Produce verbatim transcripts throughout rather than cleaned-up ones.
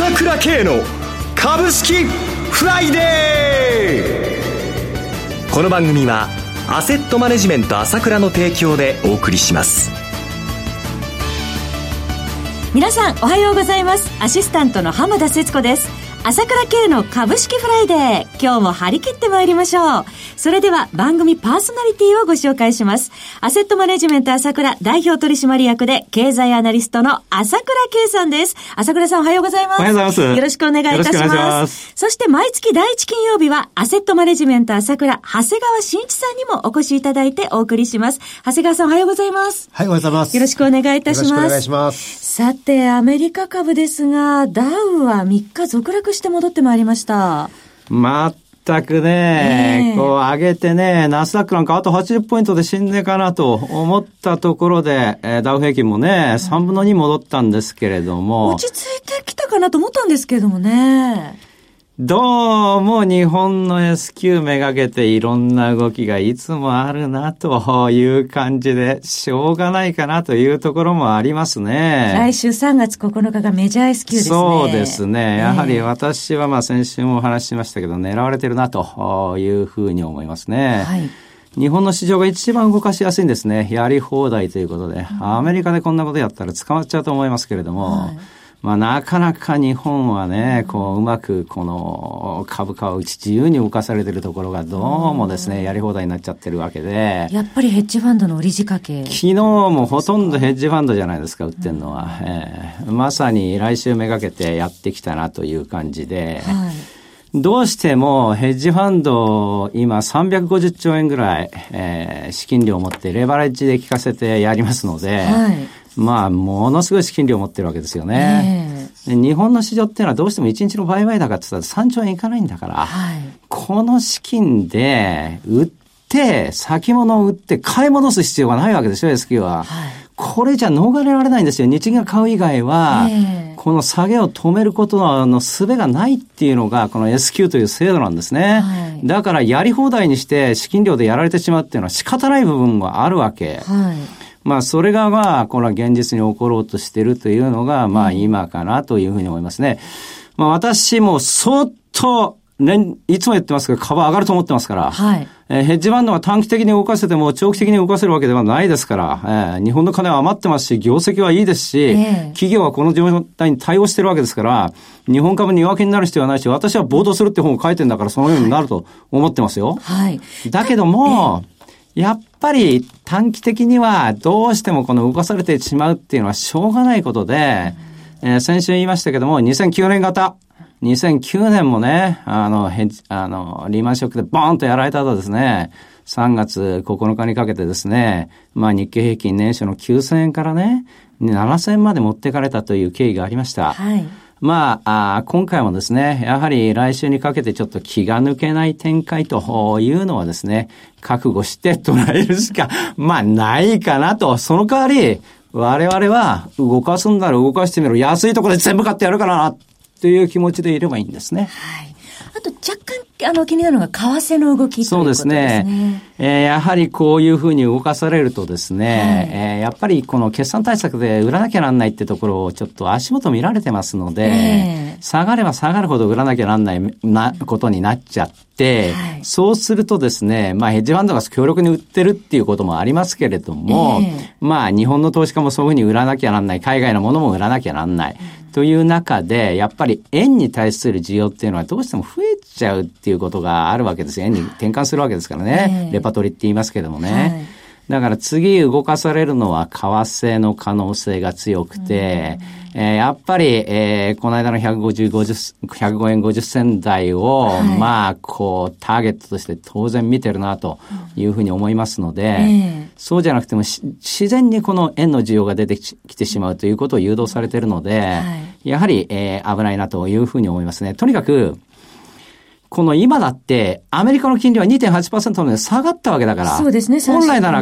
朝倉慶の株式フライデー。この番組はアセットマネジメント朝倉の提供でお送りします。 皆さんおはようございます。アシスタントの浜田節子です。朝倉慶の株式フライデー、今日も張り切ってまいりましょう。それでは番組パーソナリティをご紹介します。アセットマネジメント朝倉代表取締役で経済アナリストの朝倉慶さんです。朝倉さんおはようございます。 おはようございます。 よろしくお願いいたします。ますそして毎月第一金曜日はアセットマネジメント朝倉長谷川慎一さんにもお越しいただいてお送りします。長谷川さんおはようございます。 はい、おはようございます。 よろしくお願いいたします。 よろしくお願いします。 さてアメリカ株ですが、ダウはみっか続落して戻ってまいりました。 まったくね、えー、こう上げてね、ナスダックなんかあとはちじゅうポイントで死んでかなと思ったところで、えー、ダウ平均もね、さんぶんのに戻ったんですけれども。 落ち着いてきたかなと思ったんですけれどもね。 どうも日本の エスキュー めがけていろんな動きがいつもあるなという感じで、しょうがないかなというところもありますね。 来週さんがつここのかがメジャー エスキュー ですね。 そうですね。やはり私はまあ先週もお話ししましたけど、狙われてるなというふうに思いますね。はい。日本の市場が一番動かしやすいんですね。やり放題ということで。うん、アメリカでこんなことやったら捕まっちゃうと思いますけれども、はい、まあなかなか日本はね、こううまくこの株価を自由に動かされているところがどうもですね、やり放題になっちゃってるわけで。 やっぱりヘッジファンドの売り仕掛け。 昨日もほとんどヘッジファンドじゃないですか、売ってんのは。えー、まさに来週めがけてやってきたなという感じで。はい、どうしてもヘッジファンド今さんびゃくごじゅっちょうえんぐらい、えー、資金量を持ってレバレッジで効かせてやりますので、はい、まあものすごい資金量を持ってるわけですよね。えー、日本の市場っていうのはどうしてもいちにちの売買高って言ったらさんちょうえんいかないんだから、はい、この資金で売って先物を売って買い戻す必要がないわけですよ エスキュー は。はい、これじゃ逃れられないんですよ。日銀が買う以外は、えー、この下げを止めることの、の術がないっていうのがこの エスキュー という制度なんですね。はい、だからやり放題にして資金量でやられてしまうっていうのは仕方ない部分があるわけ。はい、まあそれがまあこの現実に起ころうとしているというのがまあ今かなというふうに思いますね。まあ私も相当年いつも言ってますけど株上がると思ってますから、はい、えー、ヘッジファンドが短期的に動かせても長期的に動かせるわけではないですから、えー、日本の金は余ってますし業績はいいですし、えー、企業はこの状態に対応してるわけですから日本株に弱気になる必要はないし、私は暴動するって本を書いてるんだからそのようになると思ってますよ。はい、だけども、えー、やっぱり短期的にはどうしてもこの動かされてしまうっていうのはしょうがないことで、えー、先週言いましたけどもにせんきゅうねん型にせんきゅうねんもね、あの、ヘッジ、あの、リーマンショックでボーンとやられた後ですね、さんがつここのかにかけてですね、まあ日経平均年初のきゅうせんえんからね、ななせんえんまで持ってかれたという経緯がありました。はい。まあ、あ今回もですね、やはり来週にかけてちょっと気が抜けない展開というのはですね、覚悟して捉えるしか、まあないかなと。その代わり、我々は動かすんなら動かしてみろ。安いところで全部買ってやるからな。という気持ちでいればいいんですね。はい。 あと若干あの気になるのが為替の動きということですね。そうですね。 えー、やはりこういうふうに動かされるとですね、はい、えー、やっぱりこの決算対策で売らなきゃなんないってところをちょっと足元見られてますので、えー、下がれば下がるほど売らなきゃなんないなことになっちゃって、はい、そうするとですね、まあヘッジファンドが強力に売ってるっていうこともありますけれども、えー、まあ日本の投資家もそういうふうに売らなきゃなんない、海外のものも売らなきゃなんない。うんという中で、やっぱり円に対する需要っていうのはどうしても増えちゃうっていうことがあるわけですよ。円に転換するわけですからね。えー、レパトリって言いますけどもね。はい、だから次動かされるのは為替の可能性が強くて、うん、えー、やっぱり、えー、この間のひゃくごじゅう、ごじゅう、ひゃくごえんごじゅっせん台を、はい、まあ、こう、ターゲットとして当然見てるなというふうに思いますので、うん、そうじゃなくても自然にこの円の需要が出てきてしまうということを誘導されているので、はい、やはり、えー、危ないなというふうに思いますね。とにかく、この今だってアメリカの金利は にてんはちパーセント まで下がったわけだから、 そうですね、 本来なら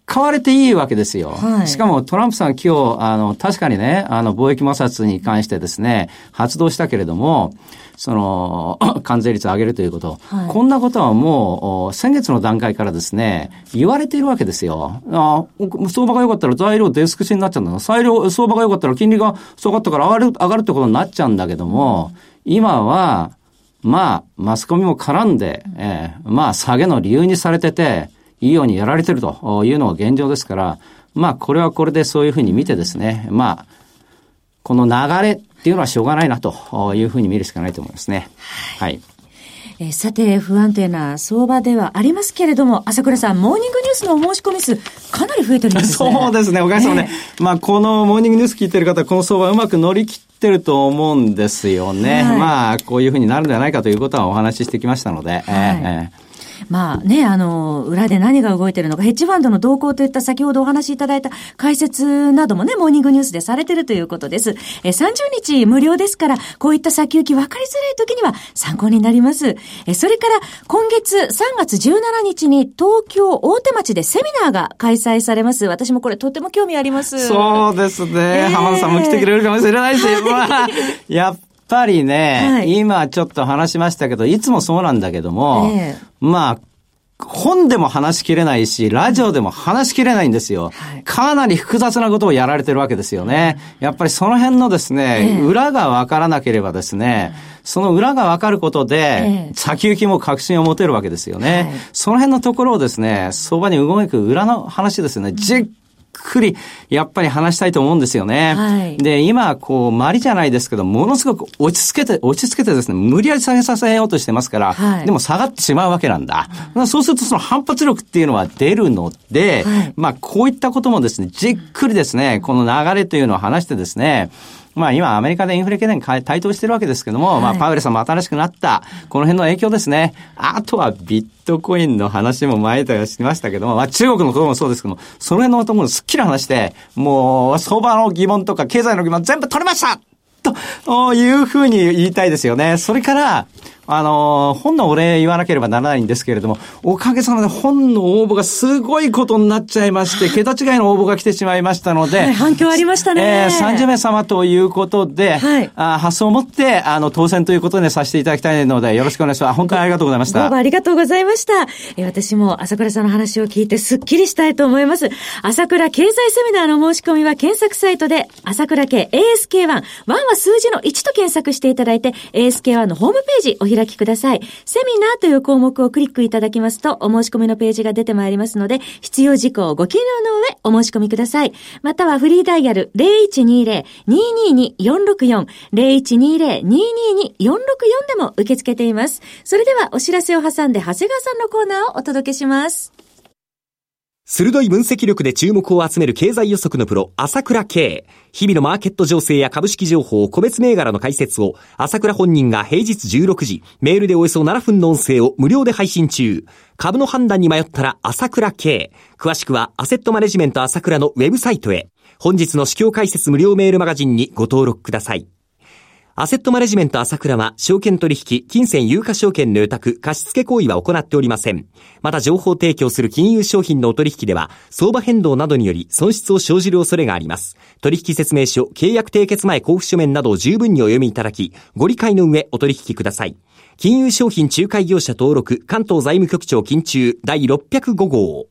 使われていいわけですよ。 はい、 しかもトランプさん今日、あの、確かにね、あの、貿易摩擦に関してですね、発動したけれども、その、関税率を上げるということ。はい、こんなことはもう、先月の段階からですね、言われているわけですよ。あ相場が良かったら材料デスクシになっちゃうんだ。材料、相場が良かったら金利が下がったから上がる、上がるってことになっちゃうんだけども、今は、まあ、マスコミも絡んで、えー、まあ、下げの理由にされてて、いいようにやられてるというのが現状ですから、まあ、これはこれでそういうふうに見てですね、まあ、この流れっていうのはしょうがないなというふうに見るしかないと思いますね。はい。 えー、さて、不安定な相場ではありますけれども、朝倉さん、モーニングニュースのお申し込み数、かなり増えてるんですね。 そうですね、おかげさまで。えー、まあ、このモーニングニュース聞いてる方、この相場うまく乗り切ってると思うんですよね。はい、まあ、こういうふうになるんじゃないかということはお話ししてきましたので。はい、えーまあね、あの、裏で何が動いてるのか、ヘッジファンドの動向といった先ほどお話しいただいた解説などもね、モーニングニュースでされてるということです。え、さんじゅうにち無料ですから、こういった先行き分かりづらい時には参考になります。え、それから今月さんがつじゅうしちにちに東京大手町でセミナーが開催されます。私もこれとても興味あります。 そうですね。えー、浜田さんも来てくれるかもしれないし、まあ、やっやっぱりね、はい、今ちょっと話しましたけど、いつもそうなんだけども、えー、まあ、本でも話しきれないし、ラジオでも話しきれないんですよ。はい、かなり複雑なことをやられてるわけですよね。やっぱりその辺のですね、えー、裏がわからなければですね、その裏がわかることで、えー、先行きも確信を持てるわけですよね。はい、その辺のところをですね、相場に動く裏の話ですね、じっくり、やっぱり話したいと思うんですよね。はい、で、今、こう、マリじゃないですけど、ものすごく落ち着けて、落ち着けてですね、無理やり下げさせようとしてますから、はい、でも下がってしまうわけなんだ。うん、そうするとその反発力っていうのは出るので、はい、まあ、こういったこともですね、じっくりですね、この流れというのを話してですね、まあ今アメリカでインフレ懸念台頭してるわけですけども、はい、まあパウエルさんも新しくなった、この辺の影響ですね。あとはビットコインの話も前でしましたけども、まあ中国のこともそうですけども、その辺のところをすっきり話して、もう相場の疑問とか経済の疑問全部取れましたというふうに言いたいですよね。それから、あの、本のお礼言わなければならないんですけれども、おかげさまで本の応募がすごいことになっちゃいまして、桁違いの応募が来てしまいましたので、はい、 反響ありましたね。 えー、さんじゅうめい様ということで、はい、あ発想を持って、あの、当選ということでさせていただきたいので、よろしくお願いします。本当にありがとうございました。 ご応募ありがとうございました。えー、私も朝倉さんの話を聞いてすっきりしたいと思います。朝倉経済セミナーの申し込みは検索サイトで、朝倉系 エーエスケーワン、ワンは数字のいちと検索していただいて、エーエスケーワン のホームページお開きください。セミナーという項目をクリックいただきますと、お申し込みのページが出てまいりますので、必要事項をご記入の上、お申し込みください。またはフリーダイヤル ゼロいちにゼロ にーにーにーよんろくよん ゼロいちにゼロ にーにーにーよんろくよんでも受け付けています。それではお知らせを挟んで、長谷川さんのコーナーをお届けします。 鋭い分析力で注目を集める経済予測のプロ、朝倉慶。日々のマーケット情勢や株式情報、個別銘柄の解説を、朝倉本人が平日じゅうろくじ、メールでおよそななふんの音声を無料で配信中。株の判断に迷ったら朝倉慶。詳しくは、アセットマネジメント朝倉のウェブサイトへ。本日の市況解説無料メールマガジンにご登録ください。アセットマネジメント朝倉は、証券取引、金銭有価証券の予託、貸付行為は行っておりません。また情報提供する金融商品のお取引では、相場変動などにより損失を生じる恐れがあります。取引説明書、契約締結前交付書面などを十分にお読みいただき、ご理解の上お取引ください。金融商品仲介業者登録、関東財務局長金中だいろっぴゃくご号。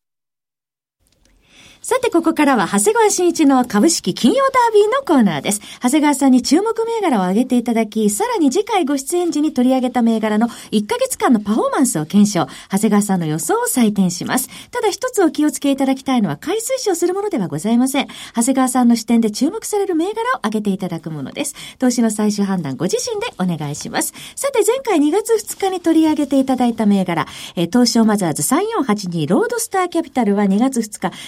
さて、ここからは長谷川慎一の株式金曜ダービーのコーナーです。長谷川さんに注目銘柄を挙げていただき、さらに次回ご出演時に取り上げた銘柄のいっかげつかんのパフォーマンスを検証、長谷川さんの予想を採点します。ただ一つお気をつけいただきたいのは、買い推奨するものではございません。長谷川さんの視点で注目される銘柄を挙げていただくものです。投資の最終判断ご自身でお願いします。さて、前回にがつふつかに取り上げていただいた銘柄、えー、東証マザーズさんよんはちにロードスターキャピタルはにがつふつかにせんご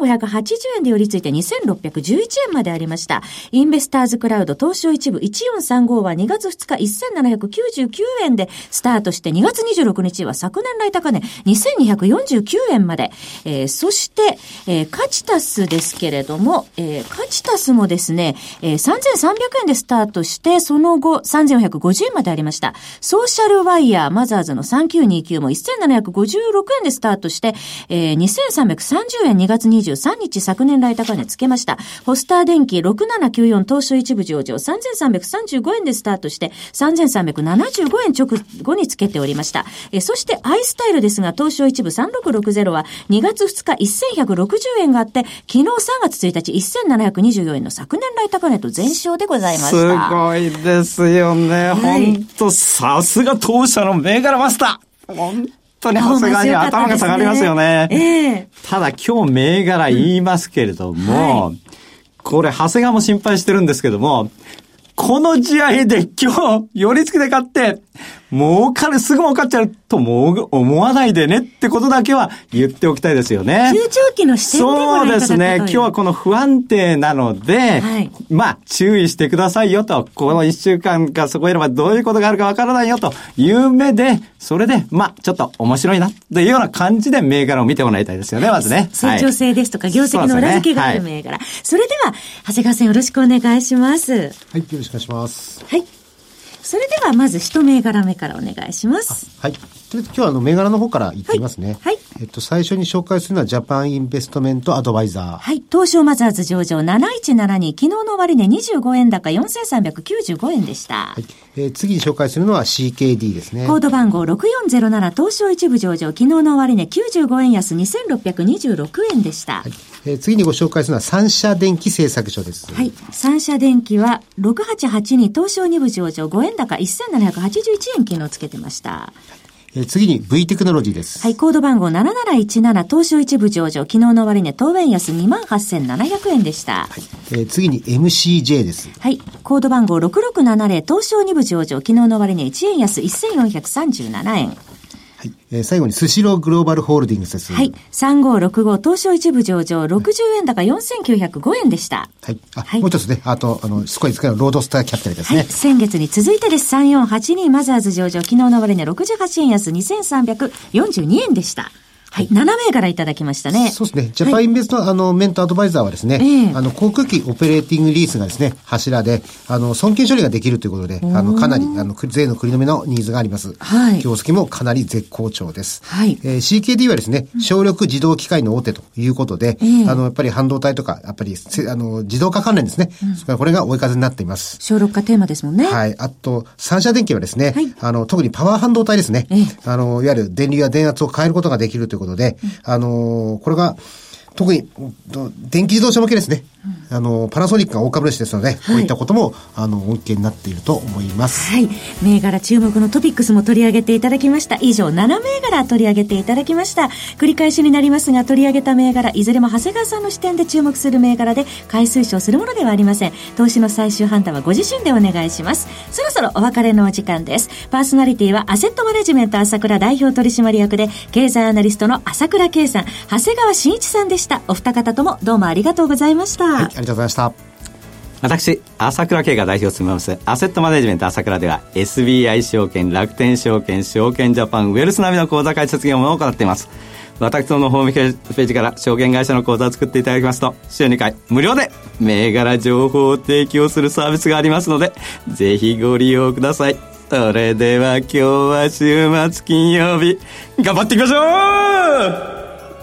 ごひゃくはちじゅうえんで寄り付いてにせんろっぴゃくじゅういちえんまでありました。インベスターズクラウド東証一部いちよんさんごはにがつふつかせんななひゃくきゅうじゅうきゅうえんでスタートして、にがつにじゅうろくにちは昨年来高値にせんにひゃくよんじゅうきゅうえんまで、えー、そして、えー、カチタスですけれども、えー、カチタスもですね、えー、さんぜんさんびゃくえんでスタートして、その後さんぜんよんひゃくごじゅうえんまでありました。ソーシャルワイヤーマザーズのさんきゅうにきゅうもせんななひゃくごじゅうろくえんでスタートして、えー、にせんさんびゃくさんじゅうえんにがつにじゅうさんにち昨年来高値つけました。ホスター電機ろくななきゅうよん東証一部上場さんぜんさんびゃくさんじゅうごえんでスタートしてさんぜんさんびゃくななじゅうごえん直後につけておりました。えー、そしてアイスタイルですが東証一部さんろくろくゼロはにがつふつかせんひゃくろくじゅうえんがあって、昨日さんがつついたちせんななひゃくにじゅうよんえんの昨年来高値と前勝でございました。 すごいですよね。本当、はい、さすが当社の銘柄マスター。本当に長谷川に頭が下がりますよね。えー、ただ今日銘柄言いますけれども、はい、これ長谷川も心配してるんですけども、この試合で今日寄り付きで買って儲かる、すぐ儲かっちゃうとも思わないでねってことだけは言っておきたいですよね。 中長期の視点でご覧いただくと。 そうですね。今日はこの不安定なので、はい、まあ注意してくださいよと、このいっしゅうかんかそこいればどういうことがあるかわからないよという目で、それでまあちょっと面白いなというような感じで銘柄を見てもらいたいですよね、まずね。 成長性ですとか業績の裏付けがある銘柄。そ, ねはい、それでは長谷川さんよろしくお願いします。はい、よろしくお願いします。 はい。それではまず一銘柄目からお願いします。 はい。とりあえず今日はあの銘柄の方から言ってみますね。はい。はい、えっと、最初に紹介するのはジャパンインベストメントアドバイザー。 はい。東証マザーズ上場なないちななに、昨日の終値にじゅうごえん高よんせんさんびゃくきゅうじゅうごえんでした。はい。 えー、次に紹介するのは シーケーディー ですね。 コード番号ろくよんゼロなな東証一部上場、昨日の終値きゅうじゅうごえん安にせんろっぴゃくにじゅうろくえんでした。はい。 えー、次にご紹介するのは三社電機製作所です。 はい。三社電機はろくはちはちに東証に部上場ごえん高せんななひゃくはちじゅういちえん昨日つけてました。はい。 えー、次に V テクノロジーです。 はい、コード番号なななないちなな東証一部上場、昨日の終値当円安 にまんはっせんななひゃくえんでした。はい。 えー、次に エムシージェー です。 はい、コード番号ろくろくななぜろ東証二部上場、昨日の終値いちえん安せんよんひゃくさんじゅうななえん。 はい。えー、最後にスシローグローバルホールディングスです。 はい。さんごろくご東証一部上場ろくじゅうえん高よんせんきゅうひゃくごえんでした。 はい。あ、はい、もう一つね、あと、あの、すごいですけど、ロードスターキャピタルですね。はい。 先月に続いてです。さんよんはちにマザーズ上場、昨日の終値ろくじゅうはちえん安にせんさんびゃくよんじゅうにえんでした。はい。なな銘柄いただきましたね。 そうですね。ジャパンインベスト、はい、あの、メントアドバイザーはですね、えー、あの、航空機オペレーティングリースがですね、柱で、あの、損金処理ができるということで、あの、かなり、あの、税の繰り止めのニーズがあります。はい。業績もかなり絶好調です。はい。えー、シーケーディー はですね、省力自動機械の大手ということで、うん、あの、やっぱり半導体とか、やっぱり、あの、自動化関連ですね。うん、それからこれが追い風になっています。 省力化テーマですもんね。 はい。あと、三社電機はですね、はい、あの、特にパワー半導体ですね。えー、あの、いわゆる電流や電圧を変えることができるということで、うん、あの、これが、特に、電気自動車向けですね。うん、あの、パナソニックが大株主ですので、はい、こういったことも、あの、恩恵になっていると思います。 はい。銘柄注目のトピックスも取り上げていただきました。以上、なな銘柄取り上げていただきました。繰り返しになりますが、取り上げた銘柄、いずれも長谷川さんの視点で注目する銘柄で、買い推奨するものではありません。投資の最終判断はご自身でお願いします。そろそろお別れのお時間です。パーソナリティは、アセットマネジメント朝倉代表取締役で、経済アナリストの朝倉圭さん、長谷川慎一さんでした。お二方ともどうもありがとうございました。はい、 ありがとうございました。 私、朝倉圭が代表を務めますアセットマネジメント朝倉では エスビーアイ 証券、楽天証券、証券ジャパン、ウェルスナビの口座開設業務を行っています。私どものホームページから証券会社の口座を作っていただきますと、週にかい無料で銘柄情報を提供するサービスがありますので、ぜひご利用ください。それでは今日は週末金曜日、頑張っていきましょう。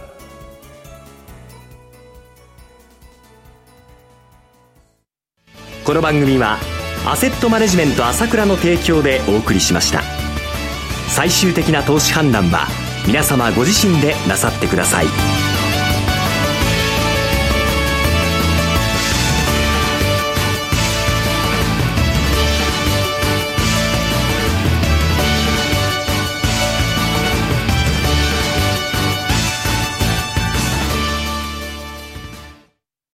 この番組はアセットマネジメント朝倉の提供でお送りしました。最終的な投資判断は皆様ご自身でなさってください。